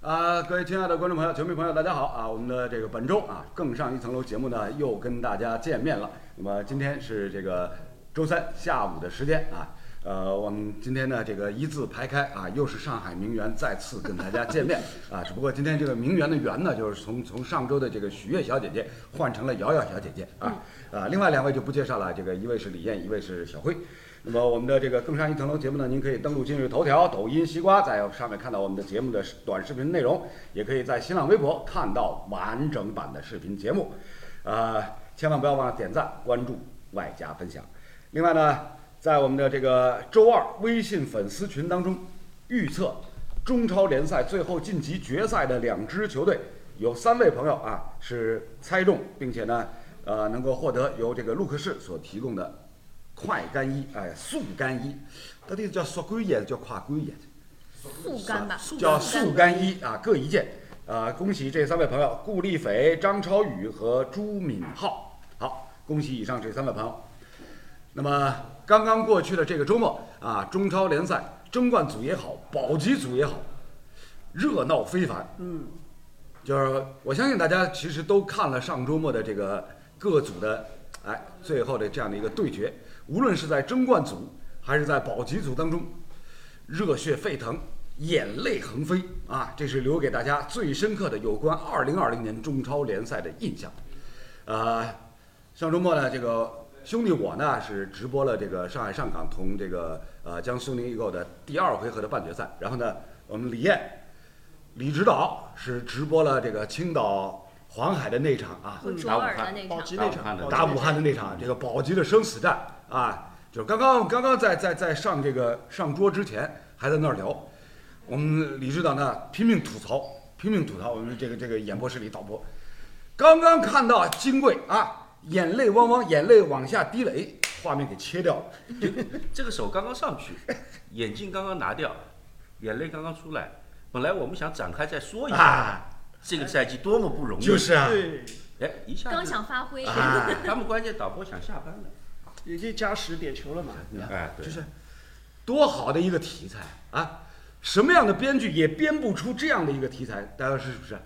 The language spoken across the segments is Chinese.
各位亲爱的观众朋友、球迷朋友，大家好啊！我们的这个本周啊，更上一层楼节目呢，又跟大家见面了。那么今天是这个周三下午的时间啊，我们今天呢这个一字排开啊，又是上海名媛再次跟大家见面啊。只不过今天这个名媛的媛呢，就是从上周的这个许悦小姐姐换成了瑶瑶小姐姐啊。另外两位就不介绍了，这个一位是李艳，一位是小慧。那么我们的这个更上一层楼节目呢，您可以登录今日头条、抖音、西瓜，在上面看到我们的节目的短视频内容，也可以在新浪微博看到完整版的视频节目。千万不要忘了点赞、关注、外加分享。另外呢，在我们的这个周二微信粉丝群当中，预测中超联赛最后晋级决赛的两支球队，有3位朋友啊是猜中，并且呢能够获得由这个陆克氏所提供的快干衣，速干衣，到底叫速干衣还是叫快干衣？ 速干吧， 叫速干衣啊，各一件。恭喜这3位朋友：顾立斐、张超宇和朱敏浩。好，恭喜以上这3位朋友。那么刚刚过去的这个周末啊，中超联赛争冠组也好，保级组也好，热闹非凡。就是我相信大家其实都看了上周末的这个各组的最后的这样的一个对决。无论是在争冠组还是在保级组当中，热血沸腾，眼泪横飞啊！这是留给大家最深刻的有关2020年中超联赛的印象。上周末呢，这个兄弟我呢是直播了这个上海上港同这个江苏宁易购的第2回合的半决赛，然后呢，我们李指导是直播了这个青岛黄海的那场啊， 卓尔的那场， 打武汉的那场这个保级的生死战啊，就刚刚在上桌之前还在那儿聊，我们李指导呢拼命吐槽，我们这个演播室里导播，刚刚看到金贵啊，眼泪汪汪，眼泪往下滴了，画面给切掉了， 这个手刚刚上去，眼镜刚刚拿掉，眼泪刚刚出来，本来我们想展开再说一下。这个赛季多么不容易， 就是啊， 一下刚想发挥， 他们关键导播想下班了， 已经加时点球了嘛， 对， 就是多好的一个题材啊！什么样的编剧也编不出这样的一个题材，大家是不是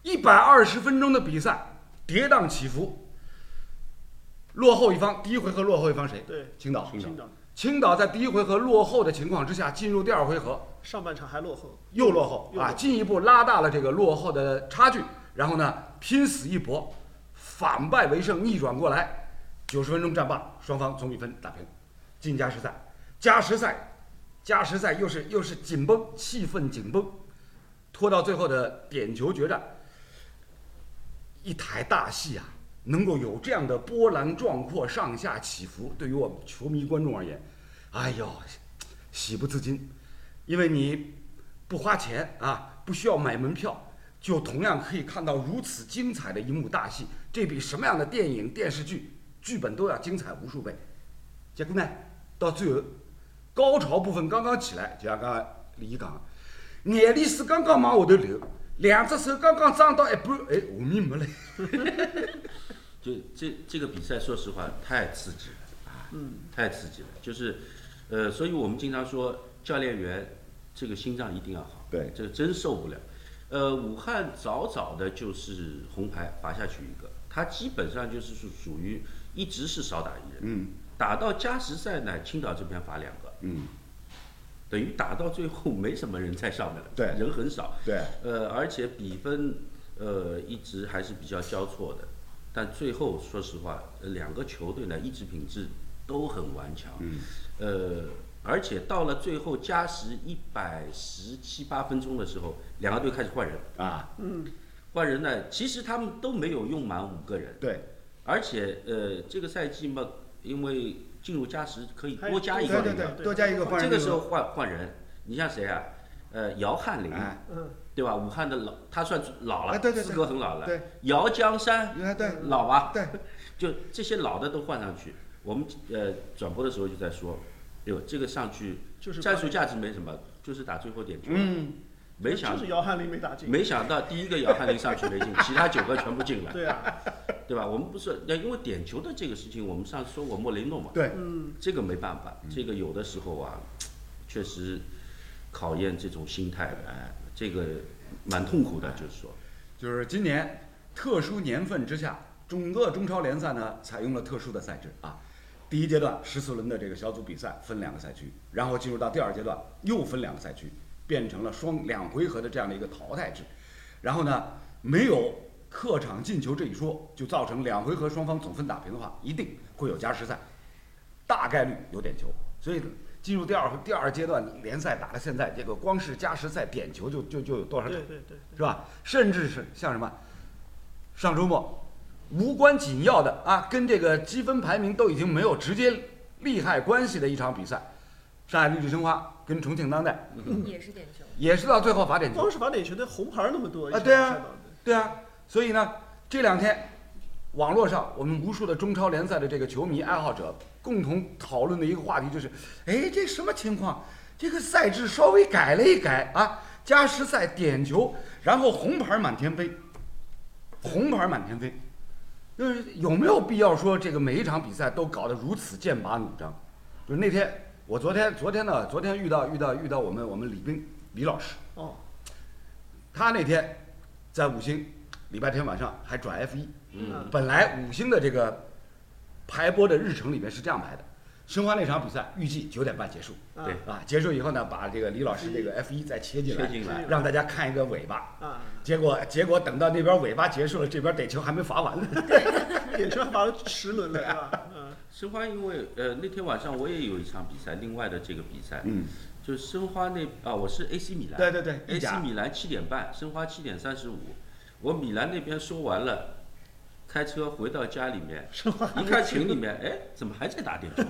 ？120分钟的比赛，跌宕起伏，落后一方，第1回合落后一方谁？ 对， 青岛在第1回合落后的情况之下，进入第2回合， 上半场还落后， 又落后啊，进一步拉大了这个落后的差距。然后呢，拼死一搏，反败为胜，逆转过来。90分钟战罢，双方总比分打平，进加时赛。加时赛又是紧绷，气氛紧绷，拖到最后的点球决战。一台大戏啊！能够有这样的波澜壮阔、上下起伏，对于我们球迷观众而言，哎呦，喜不自禁。因为你不花钱啊，不需要买门票，就同样可以看到如此精彩的一幕大戏。这比什么样的电影、电视剧剧本都要精彩无数倍。结果呢，到最后高潮部分刚刚起来，就像刚刚李毅讲，眼泪水刚刚往下头流，2只手刚刚张到一半，下面没了。 就这个比赛，说实话太刺激了啊，太刺激了。就是，所以我们经常说，教练员这个心脏一定要好， 对， 这个真受不了。武汉早的就是红牌罚下去一个，他基本上就是属于一直是少打一人，打到加时赛呢，青岛这边罚2个，等于打到最后没什么人在上面了， 对， 人很少， 对， 而且比分一直还是比较交错的。但最后说实话，2个球队呢意志品质都很顽强，而且到了最后加时117、8分钟的时候，2个队开始换人啊， 换人呢，其实他们都没有用满5个人， 对， 而且这个赛季嘛，因为进入加时可以多加一个人， 对，多加一个换人， 这个时候换人，你像谁啊？姚翰林，对吧？武汉的老，他算老了，资格很老了。 对， 姚江山， 对， 老吧？ 对， 就这些老的都换上去。我们转播的时候就在说，这个上去战术价值没什么，就是打最后点球。没想就是姚翰林没打进， 没想到第1个姚翰林上去没进，其他9个全部进了。 对啊， 对吧？我们不是因为点球的这个事情，我们上次说过莫雷诺嘛。 对， 这个没办法，这个有的时候啊，确实考验这种心态的。这个蛮痛苦的，就是说。 就是今年特殊年份之下，整个中超联赛呢采用了特殊的赛制啊。第一阶段14轮的这个小组比赛分2个赛区，然后进入到第2阶段又分2个赛区，变成了2回合的这样的一个淘汰制。然后呢，没有客场进球这一说，就造成2回合双方总分打平的话，一定会有加时赛，大概率有点球。所以进入第二阶段联赛打到现在，这个光是加时赛点球就有多少场， 对， 是吧？甚至是像什么，上周末无关紧要的啊，跟这个积分排名都已经没有直接利害关系的一场比赛，上海绿地申花跟重庆当代也是点球， 也是到最后罚点球光是罚点球的红牌那么多啊，对啊，对啊，所以呢，这2天网络上我们无数的中超联赛的这个球迷爱好者共同讨论的一个话题就是，哎，这什么情况？这个赛制稍微改了一改啊，加时赛点球，然后红牌满天飞，红牌满天飞。就是有没有必要说这个每一场比赛都搞得如此剑拔弩张？就是那天我昨天遇到我们李斌李老师哦， 他那天在5星礼拜天晚上还转 F1，本来5星的这个排播的日程里面是这样排的。申花那场比赛预计9点半结束， 对啊，结束以后呢，把这个李老师这个 F1再切进来，让大家看一个尾巴。 啊， 结果等到那边尾巴结束了，这边点球还没罚完呢。 点球还罚了10轮了，是吧？ 申花因为那天晚上我也有一场比赛，另外的这个比赛，就是申花我是 AC 米兰， 对 ，AC 米兰7点半，申花7点35，我米兰那边说完了。开车回到家里面，一看群里面，哎，怎么还在打点球？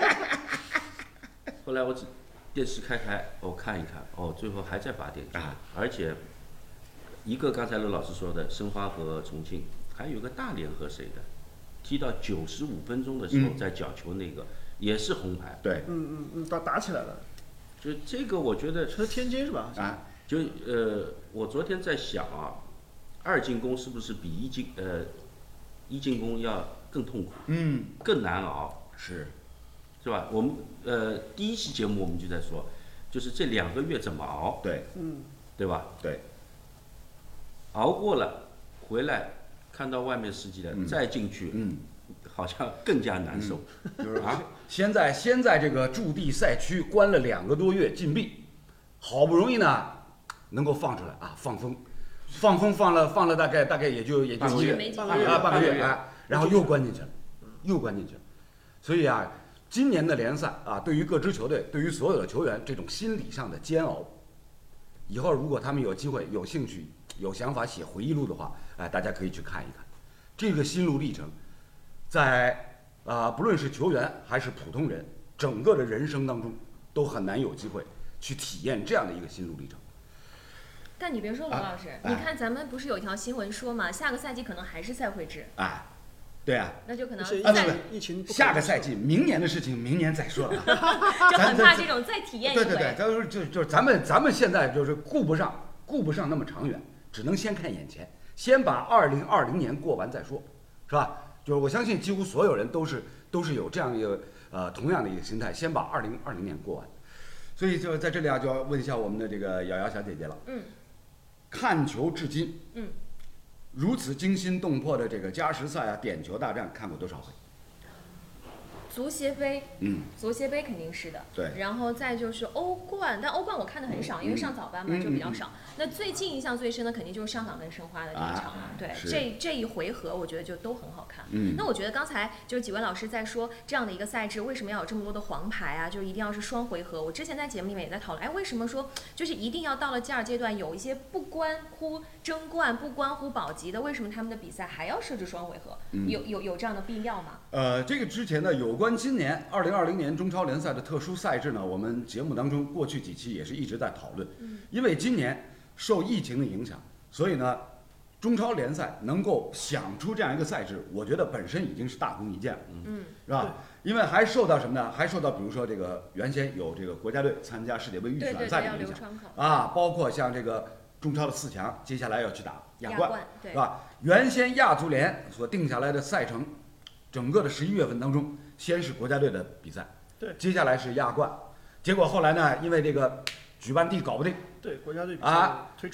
后来我电视开，我看一看，最后还在罚点球，而且一个刚才乐老师说的申花和重庆，还有个大连和谁的，踢到95分钟的时候在角球那个也是红牌。 对， 打起来了。 就这个我觉得是天津是吧？ 啊， 就我昨天在想啊，2进攻是不是比一进攻要更痛苦，更难熬，是吧？我们第一期节目我们就在说，就是这2个月怎么熬，对吧？ 对， 熬过了，回来看到外面世界的，再进去，好像更加难受， 就是啊，先在这个驻地赛区关了2个多月禁闭，好不容易呢能够放出来啊，放风放了大概也就1个月半个月啊，然后又关进去了，所以啊，今年的联赛啊，对于各支球队，对于所有的球员这种心理上的煎熬，以后如果他们有机会、有兴趣、有想法写回忆录的话，大家可以去看一看这个心路历程，在不论是球员还是普通人，整个的人生当中都很难有机会去体验这样的一个心路历程。 但你别说，罗老师，你看咱们不是有一条新闻说嘛，下个赛季可能还是赛会制。 对啊， 那就可能疫情下个赛季明年的事情明年再说了。 就很怕这种再体验一回。 对，就是咱们现在就是顾不上那么长远，只能先看眼前，先把2020年过完再说，是吧？就是我相信几乎所有人都是有这样一个同样的一个心态，先把2020年过完。所以就在这里啊，就要问一下我们的这个瑶瑶小姐姐了。看球至今，如此惊心动魄的这个加时赛啊、点球大战，看过多少回？ 足协杯，足协杯肯定是的， 对。 然后再就是欧冠，但欧冠我看的很少，因为上早班嘛，就比较少。那最近印象最深的肯定就是上港跟申花的这一场了，对，这一回合我觉得就都很好看。那我觉得刚才就是几位老师在说这样的一个赛制，为什么要有这么多的黄牌啊？就一定要是双回合。我之前在节目里面也在讨论，为什么说就是一定要到了第2阶段有一些不关乎争冠、不关乎保级的，为什么他们的比赛还要设置双回合？有这样的必要吗？ 这个之前呢，有关今年2020年中超联赛的特殊赛制呢，我们节目当中过去几期也是一直在讨论。因为今年受疫情的影响，所以呢，中超联赛能够想出这样一个赛制，我觉得本身已经是大功一件了，是吧？因为还受到什么呢？还受到比如说这个原先有这个国家队参加世界杯预选赛的影响啊，包括像这个中超的4强，接下来要去打亚冠，是吧？原先亚足联所定下来的赛程，整个的11月份当中，先是国家队的比赛， 对， 接下来是亚冠，结果后来呢，因为这个举办地搞不定， 对，国家队比赛推迟了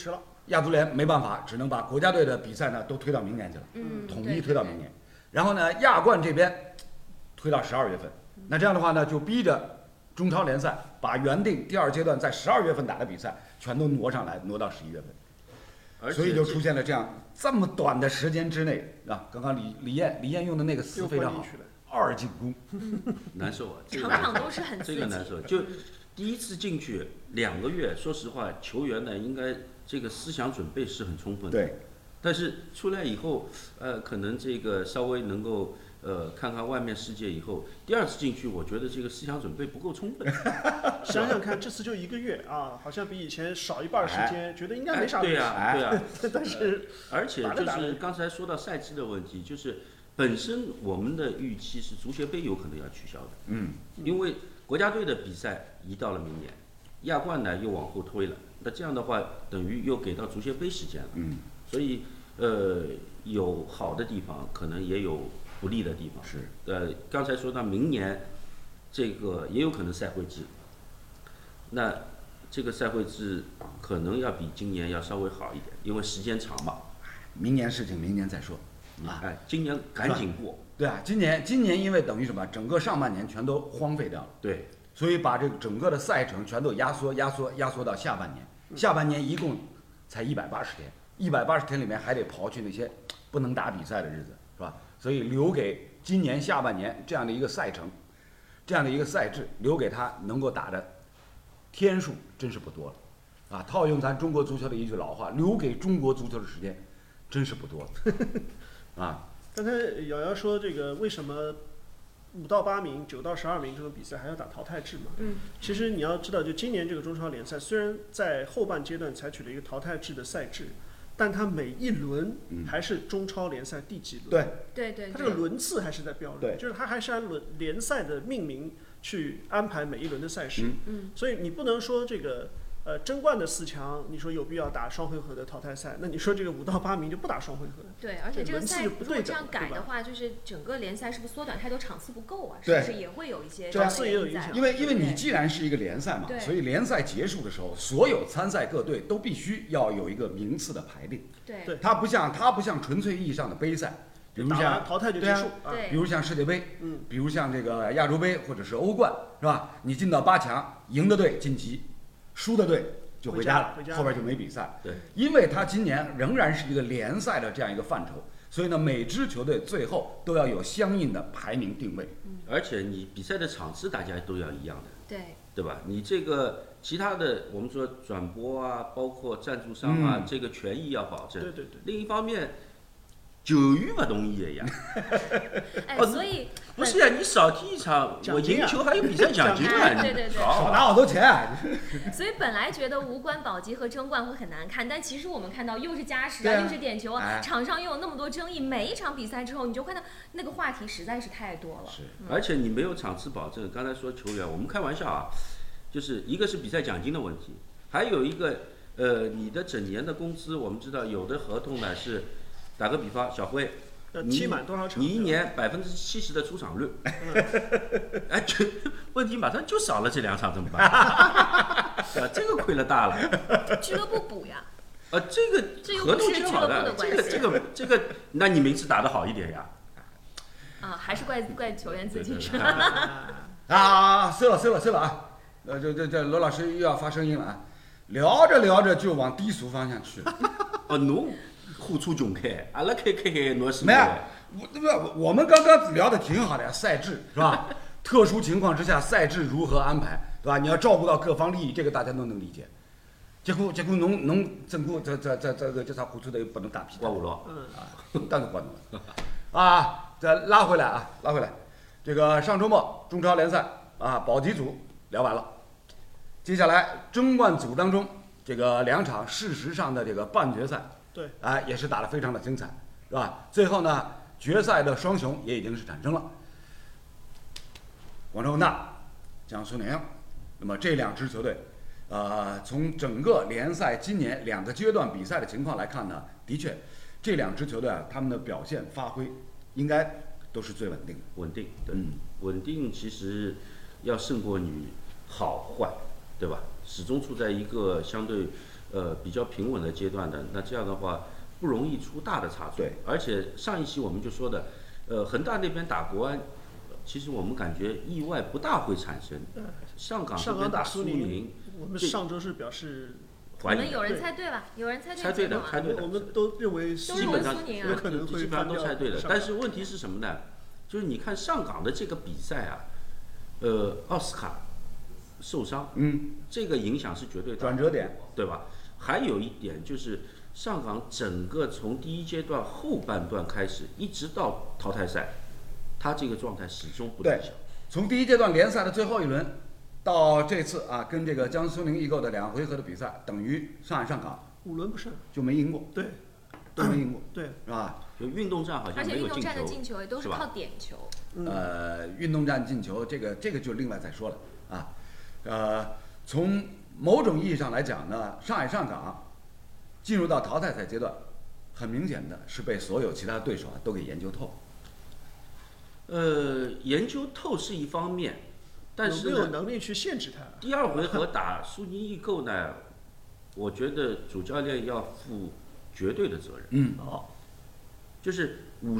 亚足联没办法，只能把国家队的比赛呢都推到明年去了，统一推到明年。然后呢，亚冠这边推到12月份。那这样的话呢，就逼着中超联赛把原定第2阶段在12月份打的比赛全都挪上来，挪到11月份。所以就出现了这么短的时间之内啊，刚刚李艳用的那个词非常好，2进攻， 难受啊， 场场都是很刺激， 这个难受。就第一次进去2个月，说实话，球员呢应该这个思想准备是很充分的。 对。但是出来以后，可能这个稍微能够看看外面世界以后，第2次进去，我觉得这个思想准备不够充分。 想想看，这次就1个月啊，好像比以前少一半时间，觉得应该没啥问题。 对呀。 但是， 而且就是刚才说到赛制的问题，就是本身我们的预期是足协杯有可能要取消的。因为国家队的比赛移到了明年，亚冠呢又往后推了，那这样的话等于又给到足协杯时间了。所以有好的地方，可能也有不利的地方。 是。 刚才说到明年，这个也有可能赛会制。那这个赛会制可能要比今年要稍微好一点，因为时间长嘛。 明年事情明年再说。 今年赶紧过。 对啊，今年因为等于什么，整个上半年全都荒废掉了。 对。 所以把这个整个的赛程全都压缩到下半年。下半年一共才180天，180天里面还得刨去那些不能打比赛的日子，是吧？所以留给今年下半年这样的一个赛程，这样的一个赛制，留给他能够打的天数真是不多了，啊！套用咱中国足球的一句老话，留给中国足球的时间真是不多了，啊！ 刚才瑶瑶说这个为什么5到8名、9到12名这种比赛还要打淘汰制嘛？其实你要知道，就今年这个中超联赛虽然在后半阶段采取了一个淘汰制的赛制，但它每一轮还是中超联赛第几轮？ 对， 它这个轮次还是在标准，就是它还是按联赛的命名去安排每一轮的赛事。所以你不能说这个争冠的4强，你说有必要打双回合的淘汰赛？那你说这个5到8名就不打双回合？ 对，而且这个赛如果这样改的话，就是整个联赛是不是缩短太多，场次不够啊？是不是也会有一些场次也有影响？ 因为你既然是一个联赛嘛，所以联赛结束的时候，所有参赛各队都必须要有一个名次的排列。 对， 它不像纯粹意义上的杯赛，比如像淘汰就结束， 比如像世界杯，比如像这个亚洲杯或者是欧冠，是吧？你进到8强，赢的队晋级，输的队就回家了，后边就没比赛。 对， 因为它今年仍然是一个联赛的这样一个范畴，所以呢，每支球队最后都要有相应的排名定位。 而且你比赛的场次大家都要一样的，对吧？你这个其他的我们说转播啊，包括赞助商啊，这个权益要保证。 对。 另一方面，球员不同意的呀。 所以不是呀，你少踢一场，我赢球还有比赛奖金啊！ 对， 少拿好多钱。 所以本来觉得无关保级和争冠会很难看，但其实我们看到又是加时啊，又是点球啊，场上又有那么多争议，每一场比赛之后，你就看到那个话题实在是太多了。 而且你没有场次保证。刚才说球员，我们开玩笑啊，就是一个是比赛奖金的问题，还有一个你的整年的工资，我们知道有的合同呢是，打个比方，小辉。 踢满多少场？ 你一年70%的出场率，问题马上就少了这2场怎么办？这个亏了大了。 俱乐部补呀。 这个合同签好的，这个，那你名次打得好一点呀。 还是怪球员自己是吧？收了啊！这罗老师又要发声音了啊！聊着就往低俗方向去了。 侬。互出穷开，阿拉开，侬是没有？我们刚刚聊的挺好的呀，赛制是吧？特殊情况之下，赛制如何安排，对吧？你要照顾到各方利益，这个大家都能理解。结果侬整个这场互出的又不能打屁， 刮胡了， 当然刮了啊！再拉回来，这个上周末中超联赛保级组聊完了，接下来争冠组当中这个2场事实上的这个半决赛。 对， 也是打得非常的精彩，是吧？最后呢，决赛的双雄也已经是产生了，广州恒大、江苏宁。那么这2支球队，从整个联赛今年2个阶段比赛的情况来看呢，的确，这2支球队他们的表现发挥应该都是最稳定的。 对，稳定其实要胜过你好坏，对吧？始终处在一个相对比较平稳的阶段的，那这样的话不容易出大的差错。 对， 而且上一期我们就说的，恒大那边打国安，其实我们感觉意外不大会产生。上港这边打苏宁， 我们上周是表示。 我们有人猜对了，有人猜对的，猜对的。 我们都认为基本上有可能会基本上都猜对的。但是问题是什么呢？就是你看上港的这个比赛啊，奥斯卡受伤，这个影响是绝对的， 转折点， 对吧？还有一点就是上港整个从第一阶段后半段开始，一直到淘汰赛，他这个状态始终不理想。 从第一阶段联赛的最后一轮。到这次啊，跟这个江苏苏宁易购的2回合的比赛，等于上海上港 5轮不胜就没赢过， 对， 都没赢过， 对， 是吧？ 就运动战好像没有进球， 而且运动战的进球也都是靠点球。 运动战进球这个就另外再说了啊。从某种意义上来讲呢，上海上港进入到淘汰赛阶段，很明显的是被所有其他对手都给研究透。 研究透是一方面。但是有没有能力去限制他？ 第2回合打苏宁易购呢，我觉得主教练要负绝对的责任。就是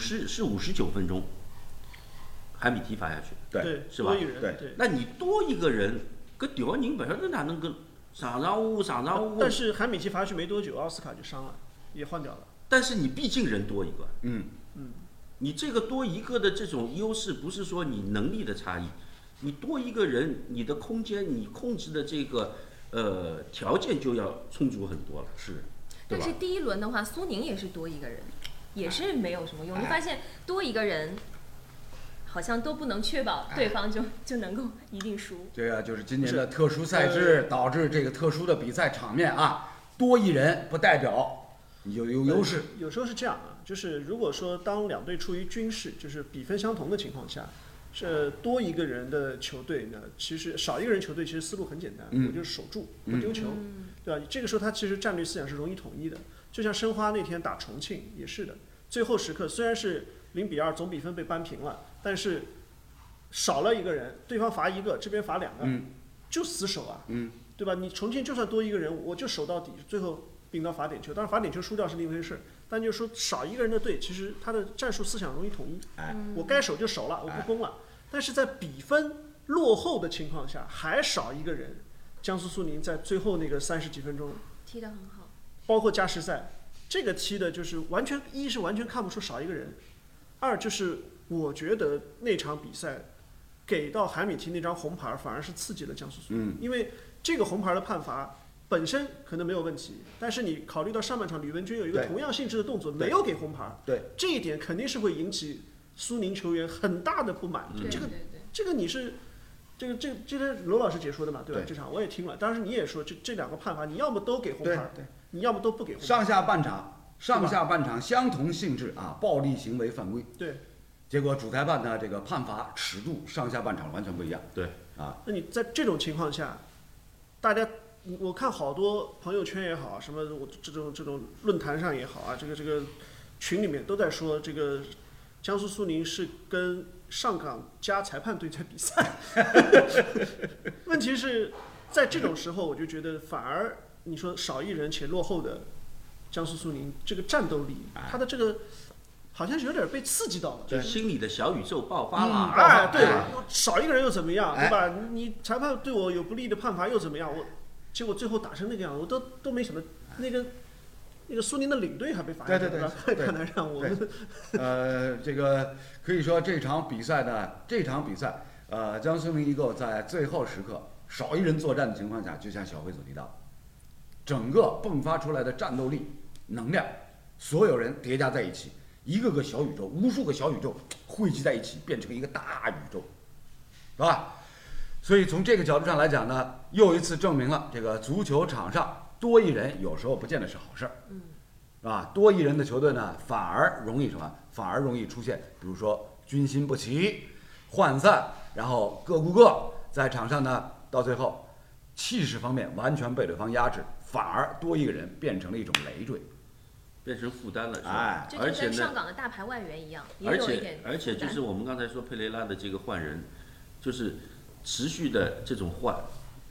59分钟，海米踢罚下去， 对， 是吧？ 对， 那你多一个人，搿调人不晓得哪能跟上误。 但是海米踢罚下去没多久，奥斯卡就伤了，也换掉了。 但是你毕竟人多一个，你这个多一个的这种优势，不是说你能力的差异。你多一个人，你的空间，你控制的这个条件就要充足很多了。 是， 但是第一轮的话，苏宁也是多一个人，也是没有什么用。你发现多一个人，好像都不能确保对方就能够一定输。 这个就是今年的特殊赛制导致这个特殊的比赛场面啊，多一人不代表有优势。 有时候是这样啊，就是如果说当两队处于均势，就是比分相同的情况下。是多一个人的球队呢，其实少一个人球队其实思路很简单，我就是守住不丢球，对吧？这个时候他其实战略思想是容易统一的。就像申花那天打重庆也是的，最后时刻虽然是0-2总比分被扳平了，但是少了一个人，对方罚1个，这边罚2个，就死守啊，对吧？你重庆就算多一个人，我就守到底，最后并到罚点球。当然罚点球输掉是另一回事。但就是说少一个人的队，其实他的战术思想容易统一。我该守就守了，我不攻了。但是在比分落后的情况下，还少一个人。江苏苏宁在最后那个30几分钟踢得很好， 包括加时赛，这个踢的就是完全一是完全看不出少一个人，二就是我觉得那场比赛给到海米踢那张红牌反而是刺激了江苏苏宁，因为这个红牌的判罚。本身可能没有问题，但是你考虑到上半场吕文君有一个同样性质的动作没有给红牌，这一点肯定是会引起苏宁球员很大的不满。这个你是这是罗老师解说的嘛，对吧？这场我也听了，当时你也说这2个判罚，你要么都给红牌，你要么都不给红牌。 上下半场相同性质啊，暴力行为犯规。 对， 结果主裁判的这个判罚尺度上下半场完全不一样。 对啊， 那你在这种情况下，大家。我看好多朋友圈也好，什么我这种论坛上也好啊，这个群里面都在说，这个江苏苏宁是跟上港加裁判队在比赛。问题是在这种时候，我就觉得反而你说少一人且落后的江苏苏宁，这个战斗力，他的这个好像是有点被刺激到了， 就心里的小宇宙爆发了。 对，少一个人又怎么样，对吧？你裁判对我有不利的判罚又怎么样？结果最后打成那个样，我都没想到，那个苏宁的领队还被罚下去了，太难让我们。 这个可以说这场比赛，江苏苏宁易购在最后时刻少一人作战的情况下，就像小辉所提到，整个迸发出来的战斗力、能量，所有人叠加在一起，一个个小宇宙，无数个小宇宙汇集在一起，变成一个大宇宙，是吧？所以从这个角度上来讲呢，又一次证明了这个足球场上多一人有时候不见得是好事儿，是吧？多一人的球队呢，反而容易什么？反而容易出现，比如说军心不齐、涣散，然后各顾各，在场上呢，到最后气势方面完全被对方压制，反而多一个人变成了一种累赘， 变成负担了，是吧？ 这就跟上港的大牌外援一样，也有一点。 而且就是我们刚才说佩雷拉的这个换人，就是持续的这种换，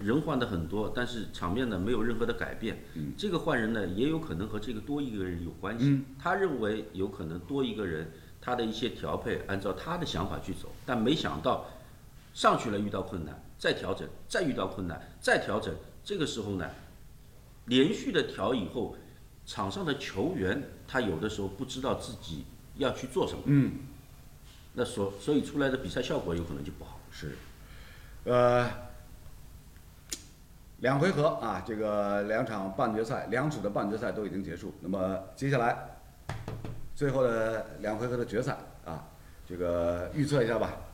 人换的很多，但是场面呢没有任何的改变。这个换人呢也有可能和这个多一个人有关系。他认为有可能多一个人，他的一些调配按照他的想法去走，但没想到上去了遇到困难，再调整，再遇到困难，再调整。这个时候呢，连续的调以后，场上的球员他有的时候不知道自己要去做什么。那所以出来的比赛效果有可能就不好。 是，两回合啊，这个2场半决赛，2组的半决赛都已经结束。那么接下来最后的2回合的决赛啊，这个预测一下吧。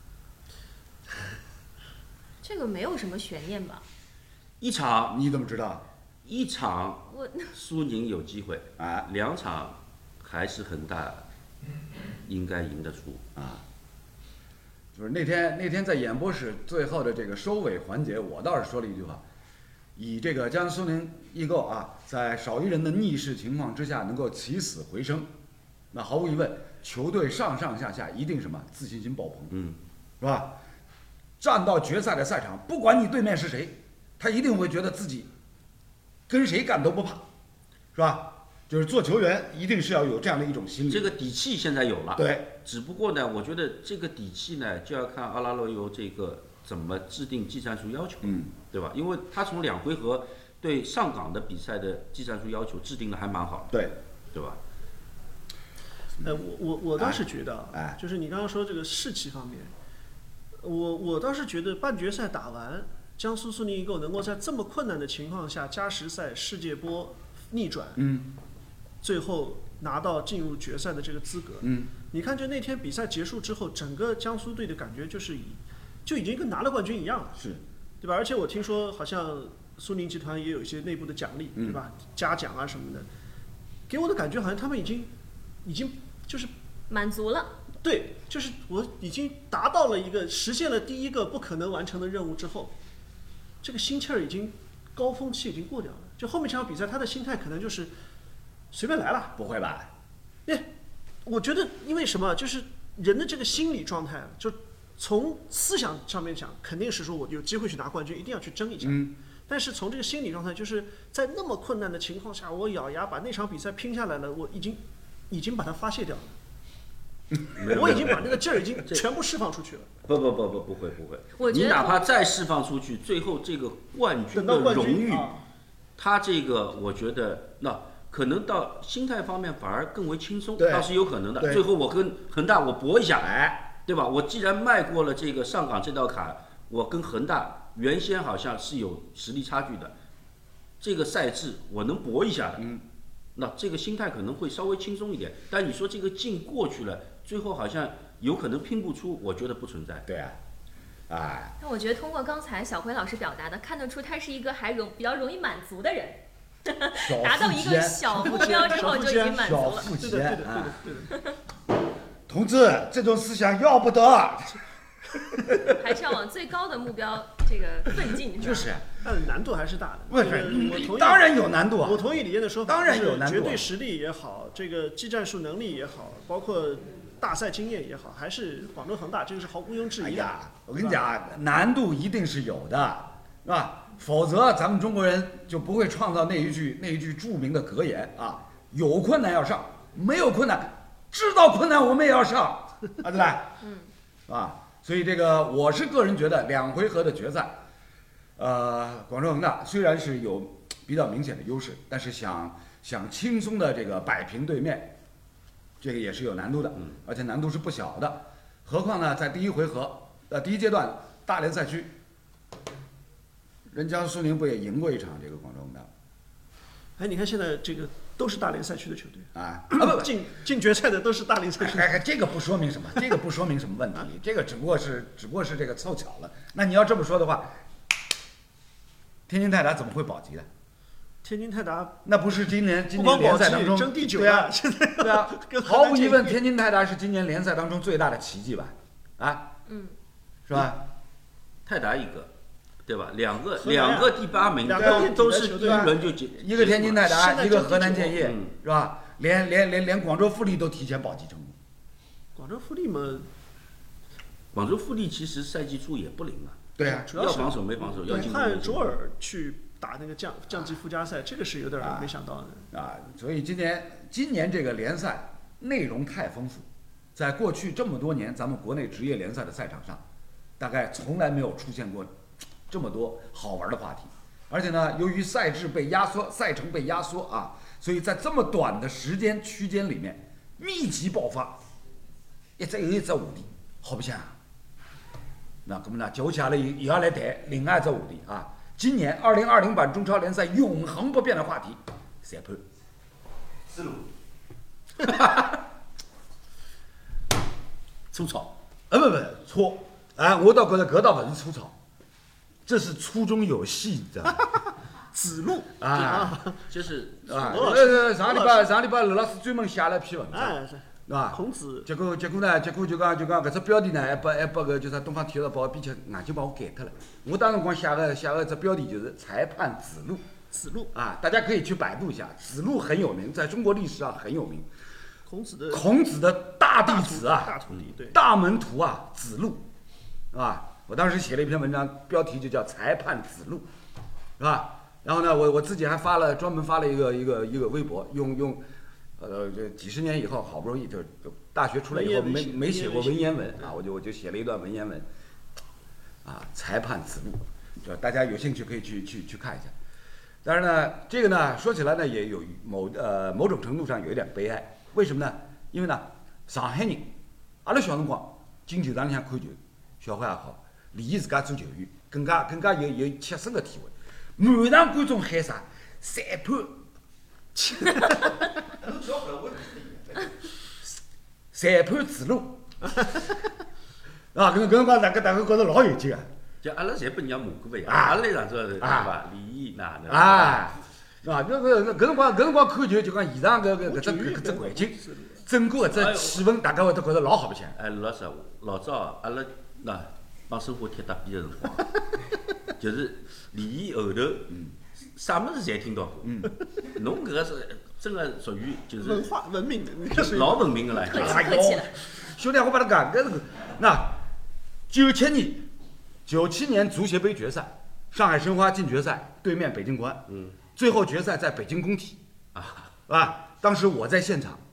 这个没有什么悬念吧？ 一场你怎么知道？ 一场苏宁有机会啊，2场还是恒大应该赢得出啊。就是那天在演播室最后的这个收尾环节，我倒是说了一句话，以这个江苏宁易购啊，在少一人的逆势情况之下能够起死回生，那毫无疑问，球队上上下下一定什么自信心爆棚，是吧？站到决赛的赛场，不管你对面是谁，他一定会觉得自己跟谁干都不怕，是吧？就是做球员一定是要有这样的一种心理， 这个底气现在有了。 对， 只不过呢，我觉得这个底气呢，就要看阿拉洛尤这个怎么制定技战术要求，对吧？因为他从2回合对上港的比赛的技战术要求制定的还蛮好的，对吧？ 我倒是觉得，就是你刚刚说这个士气方面，我倒是觉得半决赛打完，江苏苏宁易购能够在这么困难的情况下加时赛世界波逆转，最后拿到进入决赛的这个资格。你看，就那天比赛结束之后，整个江苏队的感觉就已经跟拿了冠军一样了，对吧？而且我听说好像苏宁集团也有一些内部的奖励，对吧？嘉奖啊什么的，给我的感觉好像他们已经就是满足了。 对，就是我已经达到了一个实现了第一个不可能完成的任务之后，这个心气儿已经高峰期已经过掉了。就后面这场比赛，他的心态可能就是随便来了。 不会吧？ 我觉得因为什么？就是人的这个心理状态，就从思想上面讲，肯定是说我有机会去拿冠军，一定要去争一下。但是从这个心理状态，就是在那么困难的情况下，我咬牙把那场比赛拼下来了，我已经把它发泄掉了。我已经把那个劲儿已经全部释放出去了。 不会，你哪怕再释放出去，最后这个冠军的荣誉，他这个我觉得可能到心态方面反而更为轻松，倒是有可能的。最后我跟恒大我搏一下，对吧？我既然迈过了这个上港这道坎，我跟恒大原先好像是有实力差距的，这个赛制我能搏一下的。那这个心态可能会稍微轻松一点。但你说这个劲过去了，最后好像有可能拼不出，我觉得不存在。 对啊。 那我觉得通过刚才小辉老师表达的，看得出他是一个还比较容易满足的人。达到一个小目标之后就已经满足了。 对的。 同志，这种思想要不得。 还是要往最高的目标这个奋进。 就是， 但难度还是大的。 不是，当然有难度啊。 我同意李燕的说法， 当然有难度。 绝对实力也好，这个技战术能力也好，包括大赛经验也好，还是广州恒大，这个是毫毋庸置疑的。 我跟你讲，难度一定是有的，是吧？否则咱们中国人就不会创造那一句著名的格言啊：有困难要上，没有困难，知道困难我们也要上，对吧？啊，所以这个我是个人觉得2回合的决赛，广州恒大虽然是有比较明显的优势，但是想轻松的这个摆平对面，这个也是有难度的，而且难度是不小的。何况呢，在第一回合第一阶段大联赛区。人江苏宁不也赢过一场这个广州恒大？ 你看现在这个都是大联赛区的球队不进决赛的都是大联赛区。 这个不说明什么，这个不说明什么问题，这个只不过是这个凑巧了。那你要这么说的话，天津泰达怎么会保级的？ 天津泰达那不是今年联赛当中争第9啊？ 对啊，毫无疑问，天津泰达是今年联赛当中最大的奇迹吧？是吧？ 泰达一个。对吧？两个第8名都是第一轮就一个天津泰达，一个河南建业，是吧？连广州富力都提前保级成功。 广州富力嘛， 广州富力其实赛季初也不灵啊。 对啊， 主要是要防守没防守，要进攻。 汉卓尔去打那个降级附加赛，这个是有点没想到的啊。所以今年这个联赛内容太丰富，在过去这么多年咱们国内职业联赛的赛场上，大概从来没有出现过这么多好玩的话题。而且呢，由于赛程被压缩啊，所以在这么短的时间区间里面密集爆发，一只又一只话题，好不像啊？那咁么呢，接下来也要来谈另外一只话题啊。今年2020版中超联赛永恒不变的话题，裁判思路，粗糙，不错，我倒觉得搿倒不是粗糙，这是粗中有细的。 子路就是上礼拜刘老师专门写了一篇文章，是吧？ 孔子。 结果就讲搿只标题呢，还把搿叫啥《东方体育日报》编辑硬劲把我改脱了。我当辰光写个只标题就是裁判子路。 子路啊，大家可以去百度一下，子路很有名，在中国历史上很有名。 孔子的大弟子啊， 大徒弟，对， 大门徒啊，子路，是吧？我当时写了一篇文章，标题就叫《裁判子路》，是吧？然后呢，我自己还专门发了一个微博，用这几十年以后好不容易就大学出来以后没写过文言文啊，我就写了一段文言文，啊，裁判子路，就大家有兴趣可以去看一下。但是呢，这个呢说起来呢，也有某种程度上有一点悲哀。为什么呢？因为呢，上海人，阿拉小辰光进球场里向看球，小孩也好，离异自家做球员，更加有切身的体会。满场观众喊啥？裁判，裁判指路，啊，搿辰光大家觉着老有劲啊！ 就阿拉侪被人家骂过呀，阿拉上这对伐？离异哪能？ 啊，搿辰光看球就讲现场搿只环境，整个搿只气氛，大家会得觉着老好白相。 老实，老早阿拉帮申花踢德比的辰光，就是离异后头，啥物事侪听到过。侬搿个是真个属于就是文化文明的， 老文明个了。 客气了， 兄弟，我帮侬讲，搿是那97年足协杯决赛，上海申花进决赛，对面北京国安。最后决赛在北京工体啊，当时我在现场，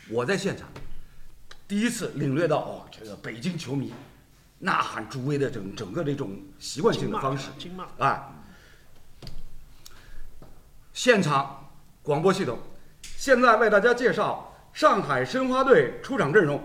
第一次领略到这个北京球迷呐喊助威的整个这种习惯性的方式啊。现场广播系统，现在为大家介绍上海申花队出场阵容。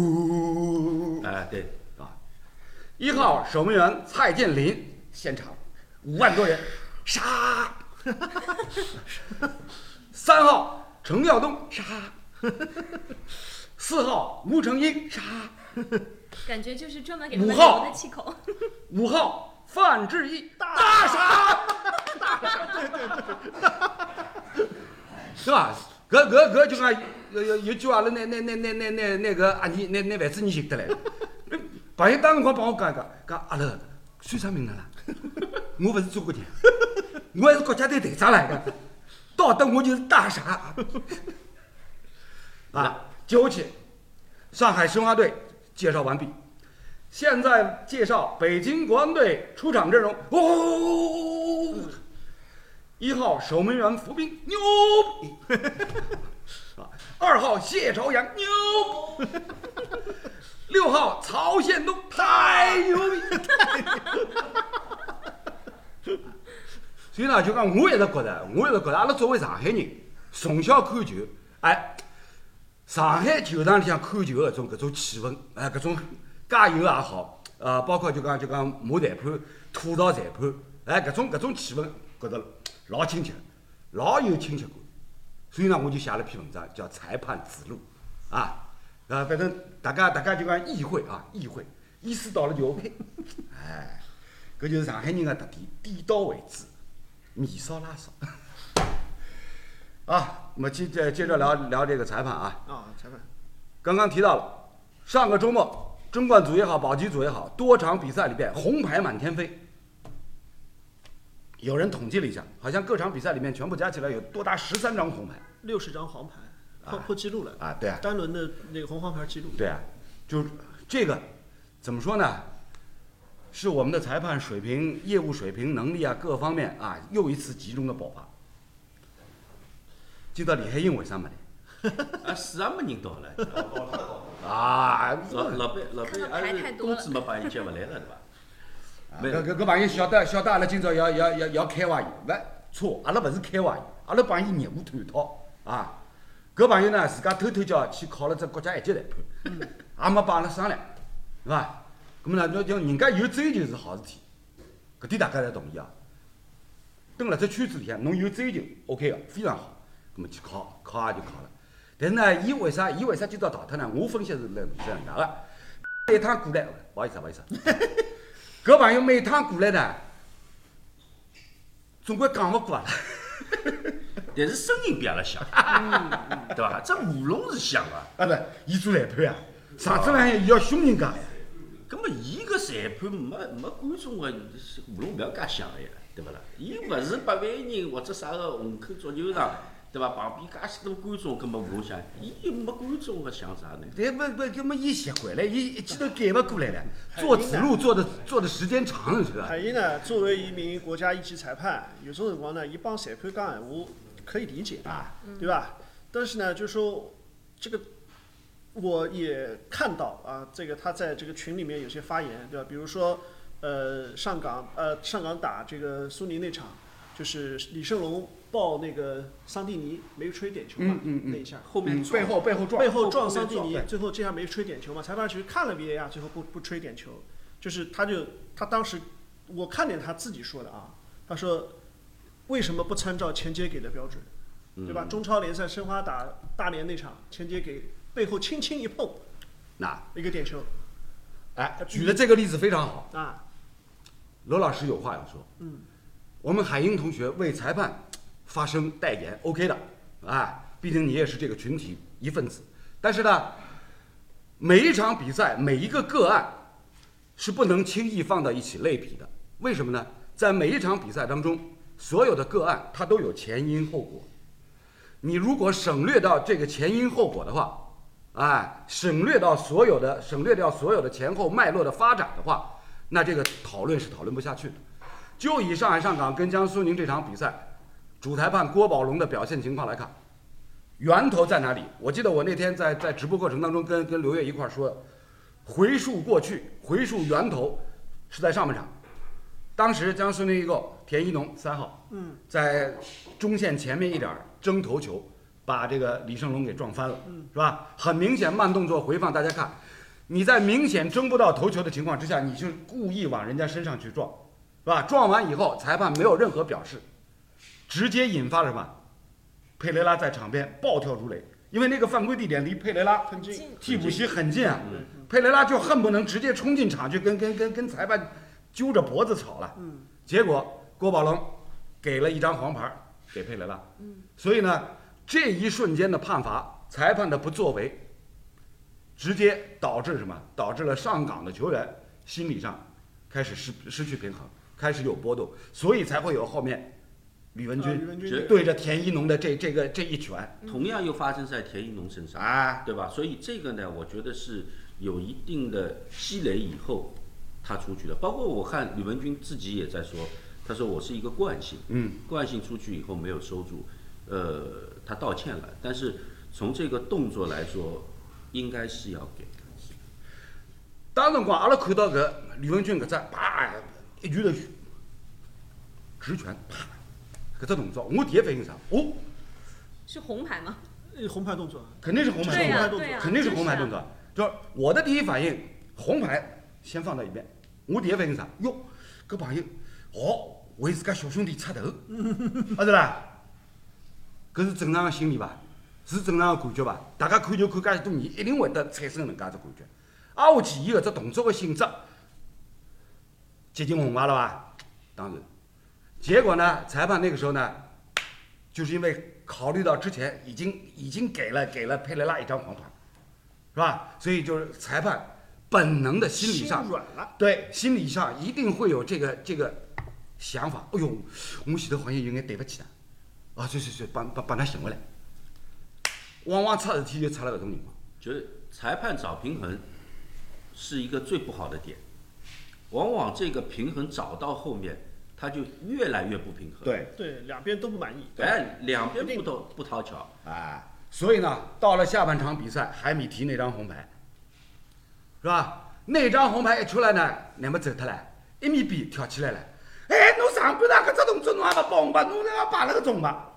对啊，1号守门员蔡建林，现场5万多人，杀。3号程耀东，杀。4号吴成英，杀。 感觉就是专门给他们留的气口。 5号范志毅，大杀。对吧？搿就讲有句话了，那个阿你那范志毅寻得来了。朋友当辰光帮我讲阿拉算啥名了啦？我不是中国人，我还是国家队队长来的，到得我就是大傻。啊，9期上海申花队介绍完毕，现在介绍北京国安队出场阵容。1号守门员伏兵，牛逼！2号谢朝阳，牛！6号曹宪东，太牛逼！所以呢，就讲我一直觉得，阿拉作为上海人，从小看球，上海球场里向看球的搿种气氛，搿种加油也好，包括就讲骂裁判、吐槽裁判，搿种气氛，觉得老亲切，老有亲切感。所以呢，我就写了篇文章，叫《裁判指路》，反正大家就讲意会，意思到了就 OK。搿就是上海人的特点，点到为止，米烧拉烧。那么接着聊这个裁判裁判。 刚刚提到了，上个周末争冠组也好，保级组也好，多场比赛里边红牌满天飞。有人统计了一下，好像各场比赛里面全部加起来有多达13张红牌 ，60张黄牌，破纪录了对啊， 单轮的那个红黄牌纪录。 对啊，就这个怎么说呢？ 是我们的裁判水平、业务水平、能力啊各方面啊又一次集中的爆发。今朝李海英为啥没来？ 是也没人到了。 啊， 老板还是工资没把伊接勿来了，对伐？ 搿朋友晓得阿拉今朝要开怀伊，勿错，阿拉勿是开怀伊，阿拉帮伊业务探讨啊。搿朋友呢，自家偷偷叫去考了只国家一级裁判，也没帮阿拉商量，是伐？咁么呢，要人家有追求是好事体，搿点大家侪同意啊。蹲辣只圈子里向，侬有追求 ，OK 个，非常好。咁么去考也就考了。但是呢，伊为啥今朝逃脱呢？我分析是是能介个。每趟过来，不好意思，搿朋友每趟过来呢，总归讲勿过阿拉。 但是声音比阿拉响，对伐？这喉咙是响啊。 啊不，伊做裁判啊，上次呢伊要凶人家呀。 葛末伊个裁判没观众个喉咙勿要介响个呀，对勿啦？伊勿是8万人或者啥个虹口足球场，对伐？旁边介许多观众，葛末喉咙响，伊又没观众个响啥呢？ 对不，葛末伊习惯了，伊一记头改勿过来了。做指路做的时间长了，是吧？ 海英呢，作为一名国家一级裁判，有种辰光呢，伊帮裁判讲闲话可以理解啊，对吧？但是呢，就说这个。我也看到啊，这个他在这个群里面有些发言，对吧？比如说，上港打这个苏宁那场，就是李胜龙抱那个桑蒂尼没吹点球嘛，那一下后面背后撞桑蒂尼，最后这下没吹点球嘛，裁判其实看了 VAR， 最后不吹点球，就是他当时我看见他自己说的啊，他说为什么不参照前街给的标准，对吧？中超联赛申花打大连那场，前街给。背后轻轻一碰， 那一个点球， 哎，举的这个例子非常好啊。 罗老师有话要说，我们海英同学为裁判发声代言 ，OK 的，啊，毕竟你也是这个群体一份子。但是呢，每一场比赛每一个个案是不能轻易放到一起类比的。为什么呢？在每一场比赛当中，所有的个案它都有前因后果。你如果省略到这个前因后果的话，省略掉所有的前后脉络的发展的话，那这个讨论是讨论不下去的。就以上海上港跟江苏宁这场比赛，主裁判郭宝龙的表现情况来看，源头在哪里？我记得我那天在直播过程当中跟刘烨一块说，回溯过去，回溯源头是在上半场，当时江苏宁一个田一农3号，在中线前面一点争头球。把这个李胜龙给撞翻了，是吧？很明显，慢动作回放，大家看，你在明显争不到头球的情况之下，你就故意往人家身上去撞，是吧？撞完以后，裁判没有任何表示，直接引发了什么？佩雷拉在场边暴跳如雷，因为那个犯规地点离佩雷拉很近， 替补席很近啊，佩雷拉就恨不能直接冲进场去跟裁判揪着脖子吵了，结果郭宝龙给了一张黄牌给佩雷拉，所以呢。这一瞬间的判罚，裁判的不作为，直接导致什么？导致了上港的球员心理上开始失去平衡，开始有波动，所以才会有后面吕文君对着田一农的这一拳。 同样又发生在田一农身上，对吧？所以这个呢，我觉得是有一定的积累以后，他出去的。包括我看吕文君自己也在说，他说我是一个惯性，惯性出去以后没有收住。他道歉了，但是从这个动作来说，应该是要给。 当辰光，阿拉看到搿吕文君搿只啪一拳头直拳啪搿只动作，我第一反应啥？ 是红牌吗？ 红牌动作， 肯定是红牌动作，肯定是红牌动作。就是我的第一反应，红牌先放到一边。我第一反应啥？哟，搿朋友为自家小兄弟出头，是啦。搿是正常的心理伐？是正常的感觉伐？大家看球看介许多年，一定会得产生能介只感觉。挨下去，伊搿只动作的性质接近红牌了伐？当然。结果呢，裁判那个时候呢，就是因为考虑到之前已经给了佩雷拉一张黄牌，是吧？所以就是裁判本能的心理上心软了， 对，心理上一定会有这个想法。哎呦，我前头好像有眼对不起他。是，帮他醒回来，往往出事体就出了搿种情况。 就是裁判找平衡是一个最不好的点， 往往这个平衡找到后面，它就越来越不平衡。 对，两边都不满意。 两边不讨巧。 所以呢，到了下半场比赛，海米提那张红牌，是吧？那张红牌一出来呢，那么走脱了，1米边跳起来了。侬上半场搿只动作侬也没报红牌，侬要摆了个种牌。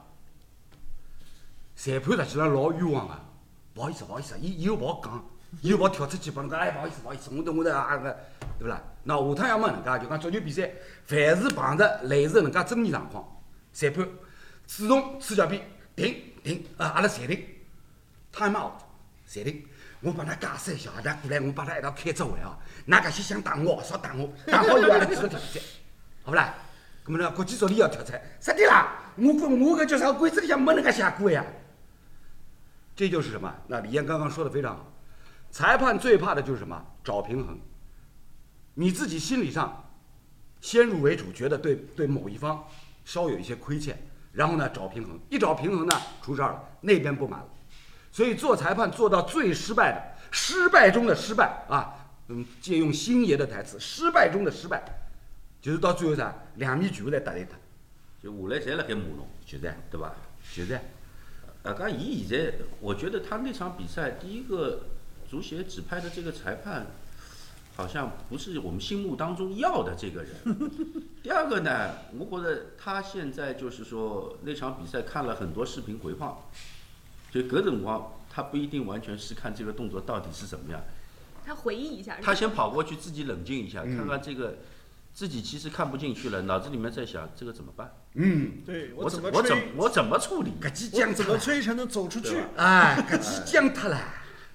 裁判实际上老冤枉啊！不好意思，伊又勿好讲，伊又勿好跳出去帮侬讲，不好意思，我对对不啦？那下趟要么能介，就讲足球比赛，凡是碰着类似能介争议状况，裁判自动吹脚边停，阿拉暂停 ，time out， 暂停。我帮㑚解释一下，㑚过来，我帮㑚一道开只会啊！㑚搿些想打我，少打我，打好以后阿拉继续跳比赛，好不啦？搿么呢，国际足联要跳出来，啥的啦？我搿叫啥规则里向没能介写过呀？这就是什么？那李艳刚刚说的非常好，裁判最怕的就是什么？找平衡。你自己心理上先入为主，觉得对某一方稍有一些亏欠，然后呢找平衡，一找平衡呢出事儿了，那边不满了。所以做裁判做到最失败的，失败中的失败啊，借用星爷的台词，失败中的失败，就是到最后啥，2米全部来打来他， 就下来侪辣盖骂侬， 就这， 对吧？ 就这。 刚伊现在，我觉得他那场比赛，第一个足协指派的这个裁判，好像不是我们心目当中要的这个人。第二个呢，我觉得他现在就是说那场比赛看了很多视频回放，就搿辰光他不一定完全是看这个动作到底是怎么样。 他回忆一下。 他先跑过去自己冷静一下，看看这个。自己其实看不进去了，脑子里面在想这个怎么办？ 对我怎么处理？ 搿记将怎么吹才能走出去？ 搿记将脱了，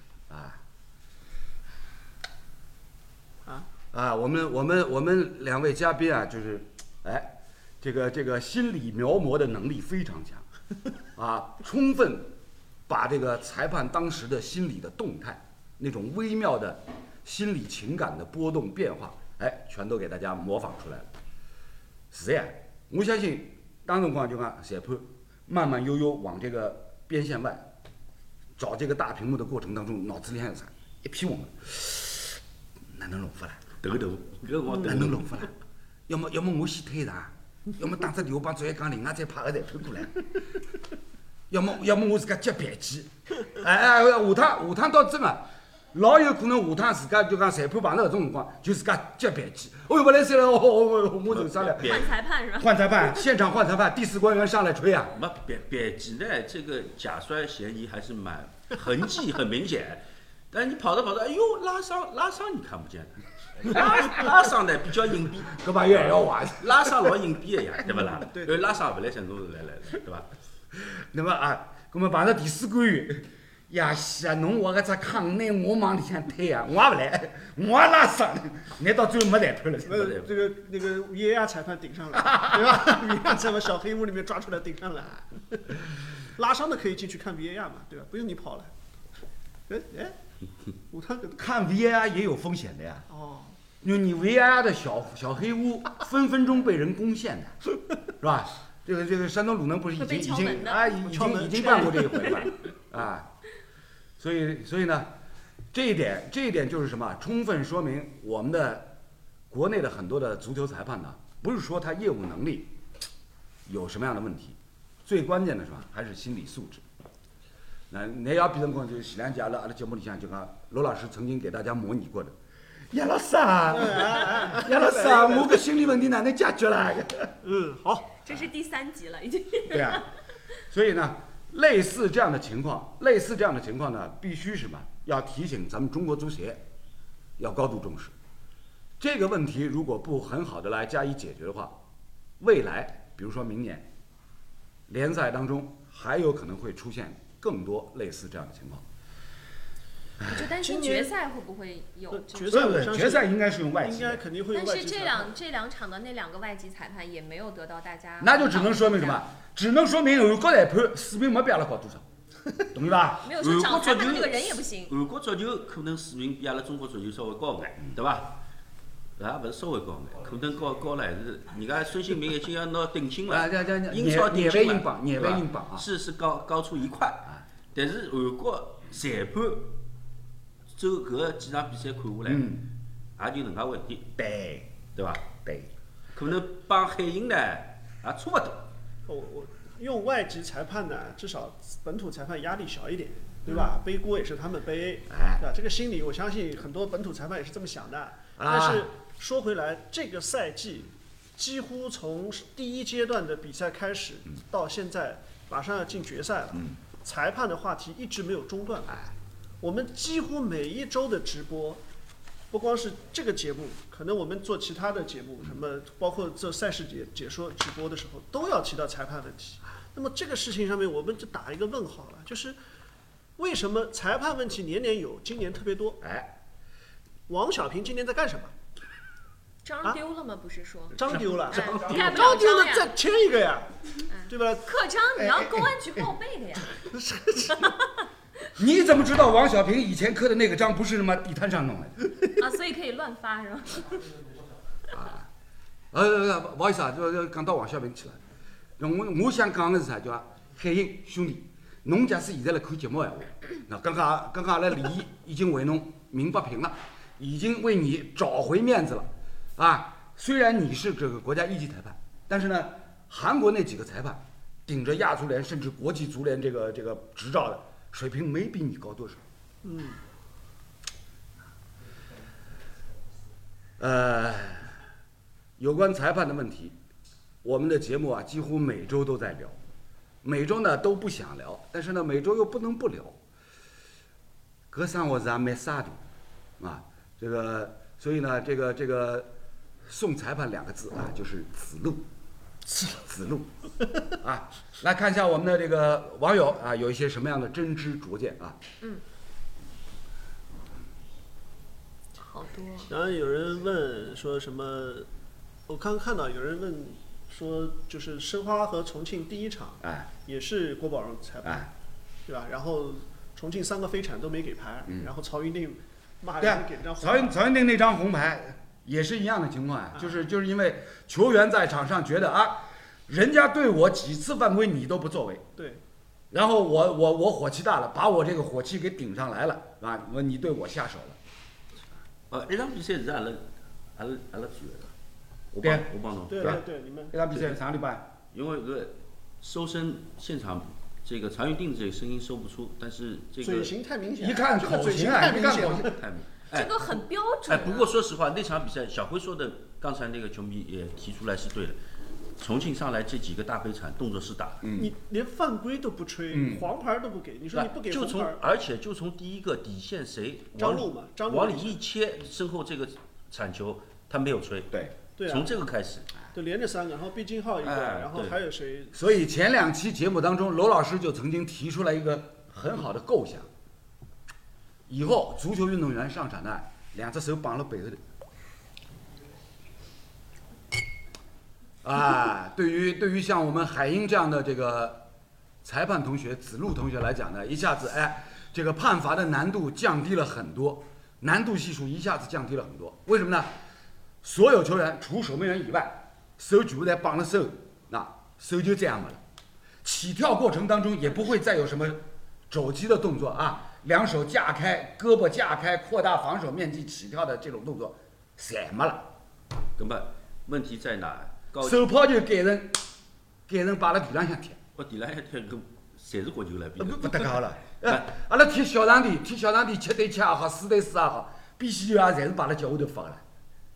我们2位嘉宾啊，就是这个心理描摹的能力非常强，充分把这个裁判当时的心理的动态，那种微妙的心理情感的波动变化。全都给大家模仿出来了。是呀，我相信当辰光就讲裁判慢慢悠悠往这个边线外找这个大屏幕的过程当中，脑子里还有啥？一批我们哪能弄法啦？哪能弄法啦？要么我先退场，要么打只电话帮主席讲，另外再派个裁判过来。要么我自家接扳机。下趟倒真个。老有可能下趟自家就讲裁判碰到搿种情况，就自家接扳机。勿来塞了，我受伤了。 换裁判是吧？ 换裁判，现场换裁判，第4官员上来吹啊！ 扳机呢，这个假摔嫌疑还是痕迹很明显。但你跑着，哎呦，拉伤你看不见的，拉伤呢比较隐蔽， 搿把又还要玩。 拉伤老隐蔽的呀，对不啦？因为拉伤勿来想侬来，对吧？ 那么搿么碰到第4官员。呀西啊！侬我搿只坑，拿我往里向推啊！我也勿来，我也拉伤，难道最后没裁判了？ 那个 VAR 裁判顶上了，对吧？VAR 裁判小黑屋里面抓出来顶上了。拉伤的可以进去看 VAR 嘛，对吧？不用你跑了。 看 VAR 也有风险的呀。因为你 VAR 的小黑屋分分钟被人攻陷的，是吧？这个山东鲁能不是已经办过这一回了所以呢，这一点就是什么？充分说明我们的国内的很多的足球裁判呢，不是说他业务能力有什么样的问题，最关键的是什么？还是心理素质。那要比辰光就前2节阿拉节目里向就讲，罗老师曾经给大家模拟过的。杨老师，我个心理问题哪能解决了？ 好， 这是第3集了，已经。 对啊，所以呢。类似这样的情况呢，必须什么？要提醒咱们中国足协要高度重视这个问题。如果不很好的来加以解决的话，未来比如说明年联赛当中还有可能会出现更多类似这样的情况。 我就担心决赛会不会有？ 决赛应该是用外籍， 应该肯定会用外籍。 但是这两场的那2个外籍裁判也没有得到大家。 那就只能说明什么？只能说明韩国裁判水平没比阿拉高多少，懂吧？ 没有说找裁判的那个人也不行。 韩国足球可能水平比阿拉中国足球稍微高眼，对吧？也不是稍微高眼，可能高了还是人家孙兴民已经要拿顶薪了，英超顶薪了， 廿万英镑是高出1块，但是韩国裁判走搿几场比赛看下来， 也就能介回事， 对对伐？ 对， 可能帮海鹰呢也差不多。 我用外籍裁判呢，至少本土裁判压力小一点，对吧？背锅也是他们背，对吧？这个心理我相信很多本土裁判也是这么想的。但是说回来，这个赛季几乎从第一阶段的比赛开始到现在，马上要进决赛了，裁判的话题一直没有中断。我们几乎每一周的直播，不光是这个节目，可能我们做其他的节目，什么包括做赛事解说直播的时候，都要提到裁判问题。那么这个事情上面，我们就打一个问号了，就是为什么裁判问题年年有，今年特别多？王小平今年在干什么？ 章丢了吗？不是说章丢了， 盖不了章章丢了呀。 再签一个呀，对吧？ 刻章你要公安局报备的呀。 你怎么知道王小平以前刻的那个章不是他妈地摊上弄的？ 啊，所以可以乱发是吧？ 不好意思啊，就讲到王小平去了。我想讲的是啥？叫海英兄弟，侬假使现在来看节目闲话，那刚刚阿拉李毅已经为侬鸣不平了，已经为你找回面子了啊！虽然你是这个国家一级裁判，但是呢，韩国那几个裁判顶着亚足联甚至国际足联这个执照的水平没比你高多少。有关裁判的问题，我们的节目啊几乎每周都在聊，每周呢都不想聊，但是呢每周又不能不聊。搿生活是也蛮傻的啊，这个所以呢这个送裁判2个字啊就是子路啊，来看一下我们的这个网友啊有一些什么样的真知灼见啊。 好多。 然后有人问说什么，我刚看到有人问说，就是申花和重庆第一场，也是郭宝荣裁判，对吧？然后重庆3个飞铲都没给牌，然后曹云定骂人给张红牌。 曹云定那张红牌也是一样的情况啊，就是因为球员在场上觉得啊，人家对我几次犯规你都不作为， 对， 然后我火气大了，把我这个火气给顶上来了啊，你对我下手了。 一场比赛是阿拉举的，我帮侬。 对，你们这场比赛啥礼拜？ 因为收声现场这个常云定这个声音收不出，但是这个嘴型太明显， 一看口型啊，一看口型太明。 这个很标准。 不过说实话，那场比赛小辉说的，刚才那个球迷也提出来是对的。重庆上来这几个大飞铲动作是打的， 你连犯规都不吹，黄牌都不给，你说你不给红牌？ 而且就从第一个底线谁张路嘛， 往里一切，身后这个铲球他没有吹， 对， 从这个开始， 对，连着3个，然后毕金浩一个，然后还有谁？ 所以前2期节目当中，娄老师就曾经提出来一个很好的构想，以后足球运动员上场呢，2只手绑了背后头。对于像我们海英这样的这个裁判同学、子路同学来讲呢，一下子这个判罚的难度降低了很多，难度系数一下子降低了很多。为什么呢？所有球员除守门员以外，手全部在绑了手，手就这样没了。起跳过程当中也不会再有什么肘击的动作啊，2手架开，胳膊架开，扩大防守面积起跳的这种动作，全没了。 根本问题在哪？ 手抛就改成摆辣地浪向踢。 地浪向踢搿侪是国球了， 不得搞了。阿拉踢小场地7对7也好，4对4也好，必须就侪是摆辣脚下头发了。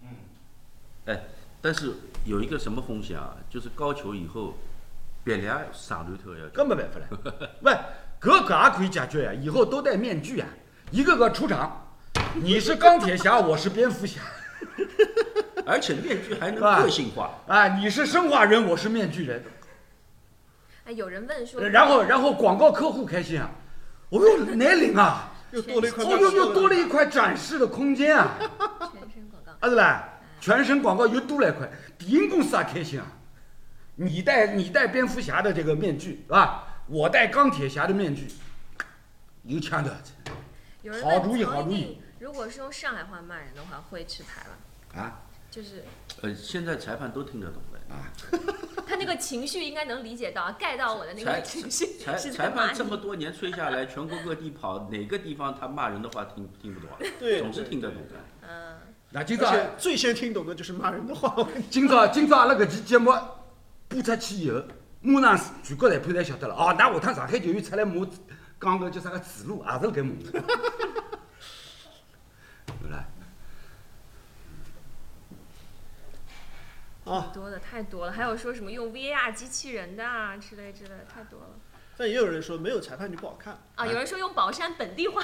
但是有一个什么风险啊？就是高球以后，别俩上头头要。 搿没办法了。喂，搿也可以解决呀，以后都戴面具啊，一个个出场，你是钢铁侠，我是蝙蝠侠。 而且面具还能个性化你是生化人，我是面具人。 有人问说， 然后广告客户开心啊，哦哟，难领啊， 又多了一块， 又多了一块展示的空间啊。 全身广告。 是啦，全身广告又多了一块，电影公司也开心啊。你戴蝙蝠侠的这个面具是吧？我戴钢铁侠的面具，有枪的。好主意，好主意。 如果是用上海话骂人的话，会吃牌了。就是。 现在裁判都听得懂了。 他那个情绪应该能理解到，盖到我的那个情绪。 裁判这么多年吹下来，全国各地跑，哪个地方他骂人的话听不懂啊？ 对， 总是听得懂的。 那今朝而且最先听懂的就是骂人的话。 今朝阿拉搿期节目播出去以后，马上全国裁判侪晓得了。哦，那下趟上海球员出来骂讲个叫啥个指路，也是搿骂。对啦。 太多了，还有说什么用 VAR 机器人的啊之类的，太多了。 但也有人说没有裁判就不好看啊，有人说用宝山本地话。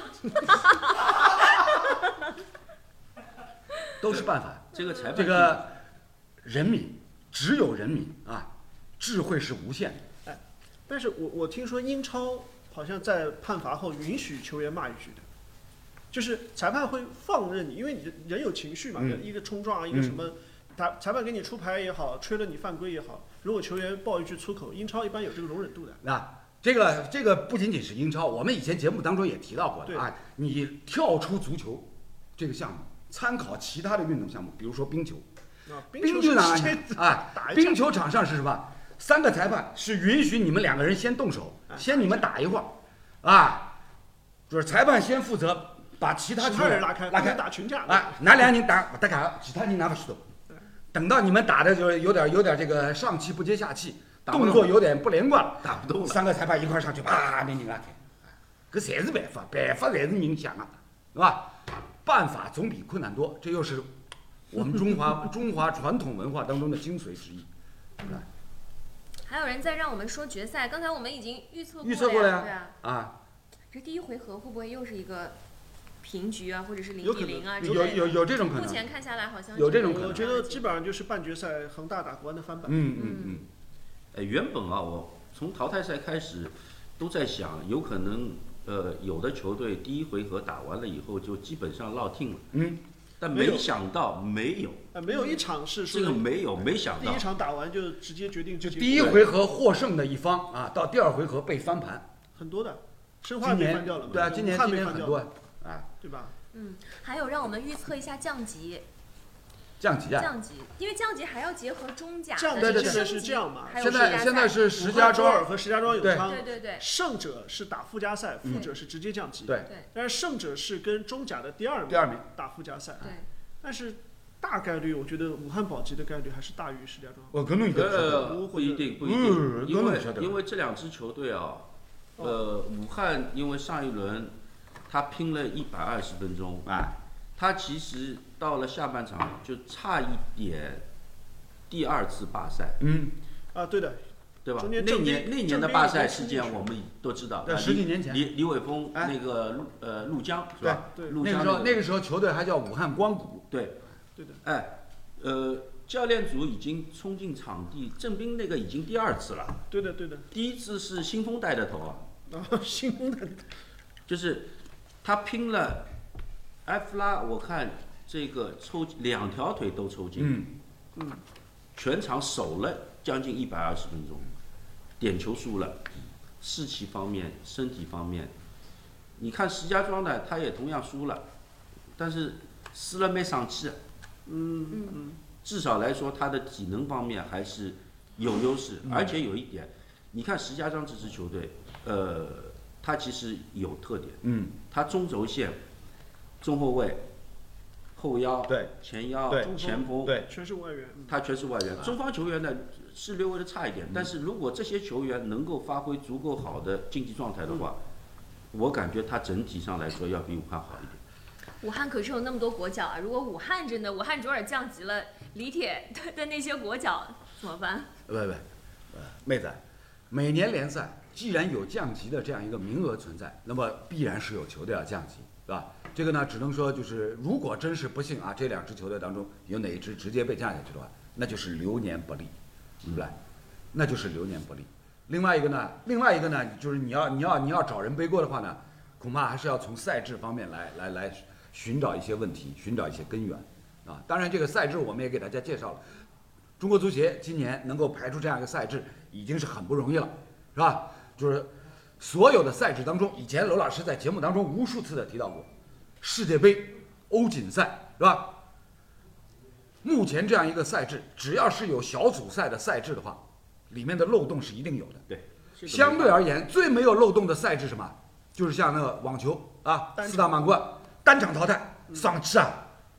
都是办法。 这个裁判， 这个人民只有人民啊，智慧是无限的。 哎，但是我听说英超好像在判罚后允许球员骂一句的，就是裁判会放任你，因为你人有情绪嘛，一个冲撞啊，一个什么。裁判给你出牌也好，吹了你犯规也好，如果球员爆一句粗口，英超一般有这个容忍度的。 那这个不仅仅是英超，我们以前节目当中也提到过的啊。你跳出足球这个项目，参考其他的运动项目，比如说冰球。冰球场啊，冰球场上是什么？3个裁判是允许你们2个人先动手，先你们打一会儿，啊，就是裁判先负责把其他球员拉开，打群架。 啊，哪2人打不搭嘎，其他人拿不许动。等到你们打的就是有点这个上气不接下气，动作有点不连贯， 打不动了。 3个裁判一块上去，啪，那人拉开，搿才是办法，办法才是人想的，是吧？办法总比困难多，这又是我们中华传统文化当中的精髓之一。 还有人在让我们说决赛，刚才我们已经预测过了呀， 对啊。 啊， 这第1回合会不会又是一个平局啊，或者是0-0啊？ 有这种可能。 目前看下来好像有这种可能。 我觉得基本上就是半决赛恒大打国安的翻版。 原本啊，我从淘汰赛开始都在想，有可能有的球队第1回合打完了以后就基本上落定了。但没想到没有。 没有一场是这个没想到。 第1场打完就直接决定就第1回合获胜的一方啊，到第2回合被翻盘。 很多的，申花被翻掉了嘛？ 对啊，今年很多啊， 对吧？ 还有让我们预测一下降级。 降级啊！ 降级，因为降级还要结合中甲的是这样嘛？ 现在是石家庄和石家庄永昌， 对， 胜者是打附加赛，负者是直接降级。 对， 但是胜者是跟中甲的第二名打附加赛。 对， 但是大概率，我觉得武汉保级的概率还是大于石家庄。 不一定，因为这2支球队啊，武汉因为上一轮他拼了120分钟啊。他其实到了下半场就差一点第2次罢赛。 对的， 对吧？那年的罢赛事件我们都知道。 10几年前， 李玮峰那个陆江是吧？ 对， 那个时候球队还叫武汉光谷。 对的。教练组已经冲进场地，郑斌那个已经第2次了。 对的。 第1次是新丰带的头啊。 新丰带的头。 就是他拼了。埃弗拉，我看这个2条腿都抽筋，全场守了将近120分钟，点球输了，士气方面、身体方面，你看石家庄呢，他也同样输了，但是输了没上气，至少来说他的体能方面还是有优势，而且有一点，你看石家庄这支球队，他其实有特点，他中轴线。中后卫、后腰、前腰、前锋， 全是外援。 他全是外援。中方球员呢是略微的差一点，但是如果这些球员能够发挥足够好的竞技状态的话，我感觉他整体上来说要比武汉好一点。 武汉可是有那么多国脚啊！如果武汉卓尔降级了，李铁的那些国脚怎么办？ 妹子，每年联赛既然有降级的这样一个名额存在，那么必然是有球队要降级，是吧？这个呢，只能说就是，如果真是不幸啊，这2支球队当中有哪一支直接被降下去的话，那就是流年不利，对不对？那就是流年不利。另外一个呢，就是你要找人背锅的话呢，恐怕还是要从赛制方面来寻找一些问题，寻找一些根源啊。当然，这个赛制我们也给大家介绍了，中国足协今年能够排出这样一个赛制，已经是很不容易了，是吧？就是所有的赛制当中，以前娄老师在节目当中无数次的提到过。世界杯、欧锦赛是吧？目前这样一个赛制，只要是有小组赛的赛制的话，里面的漏洞是一定有的。 对， 相对而言，最没有漏洞的赛制什么？就是像那个网球啊，4大满贯单场淘汰，上气啊，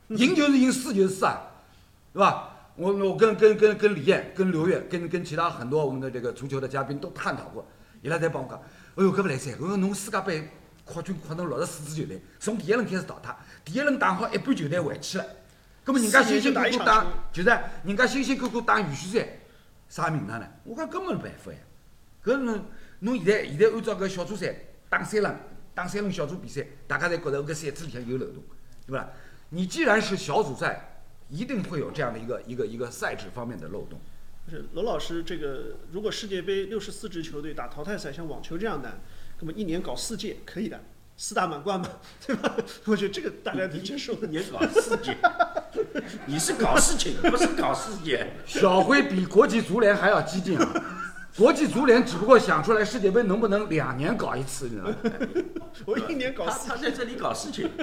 赢就是赢，输就是输啊，对吧？我跟李艳、跟刘越、跟其他很多我们的这个足球的嘉宾都探讨过，伊拉侪帮我讲，哎哟，搿勿来三，侬世界杯扩军扩成64支球队，从第一轮开始淘汰，第一轮打好一半球队回去了，葛末人家辛辛苦苦打，就是人家辛辛苦苦打预选赛，啥名堂呢？我讲根本没办法呀，搿侬现在按照搿小组赛打3轮小组比赛，大家侪觉得搿赛制里向有漏洞，对吧？你既然是小组赛。一定会有这样的一个赛制方面的漏洞。 是罗老师，这个如果世界杯64支球队打淘汰赛，像网球这样难，那么一年搞4届可以的，4大满贯嘛，对吧？我觉得这个大家能接受。 一年搞4届，你是搞事情，不是搞4届。 小辉比国际足联还要激进啊！国际足联只不过想出来世界杯能不能2年搞一次，你知道吗？ 我一年搞4届， 他在这里搞事情。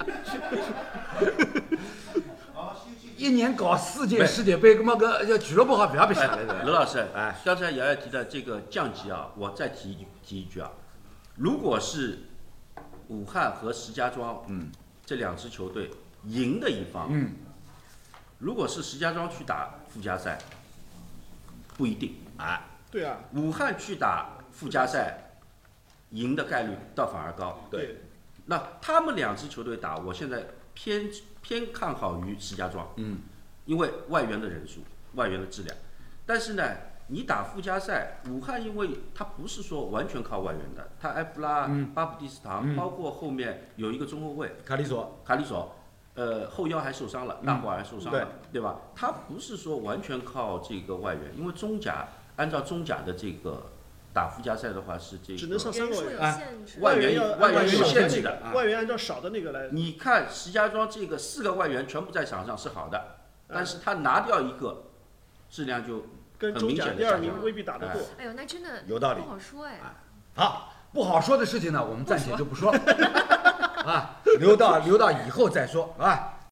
一年搞4届世界杯，那么个俱乐部好不要下来的。 罗老师，刚才瑶瑶提的这个降级啊，我再提一句啊，如果是武汉和石家庄，这2支球队赢的一方，如果是石家庄去打附加赛，不一定啊。 对啊， 武汉去打附加赛，赢的概率倒反而高。 对， 那他们2支球队打，我现在偏看好于石家庄，因为外援的人数、外援的质量。但是呢，你打附加赛，武汉因为它不是说完全靠外援的，它埃弗拉、巴普蒂斯唐，包括后面有一个中后卫卡里索， 后腰还受伤了，大伙还受伤了，对吧？他不是说完全靠这个外援，因为中甲按照中甲的这个打附加赛的话是这个只能上3个外援， 外援有限制的， 外援按照少的那个来。 你看石家庄这个4个外援全部在场上是好的，但是他拿掉一个，质量就跟中甲第2名未必打得过。 哎呦，那真的有道理， 不好说哎。 好，不好说的事情呢，我们暂且就不说了，啊，留到以后再说啊。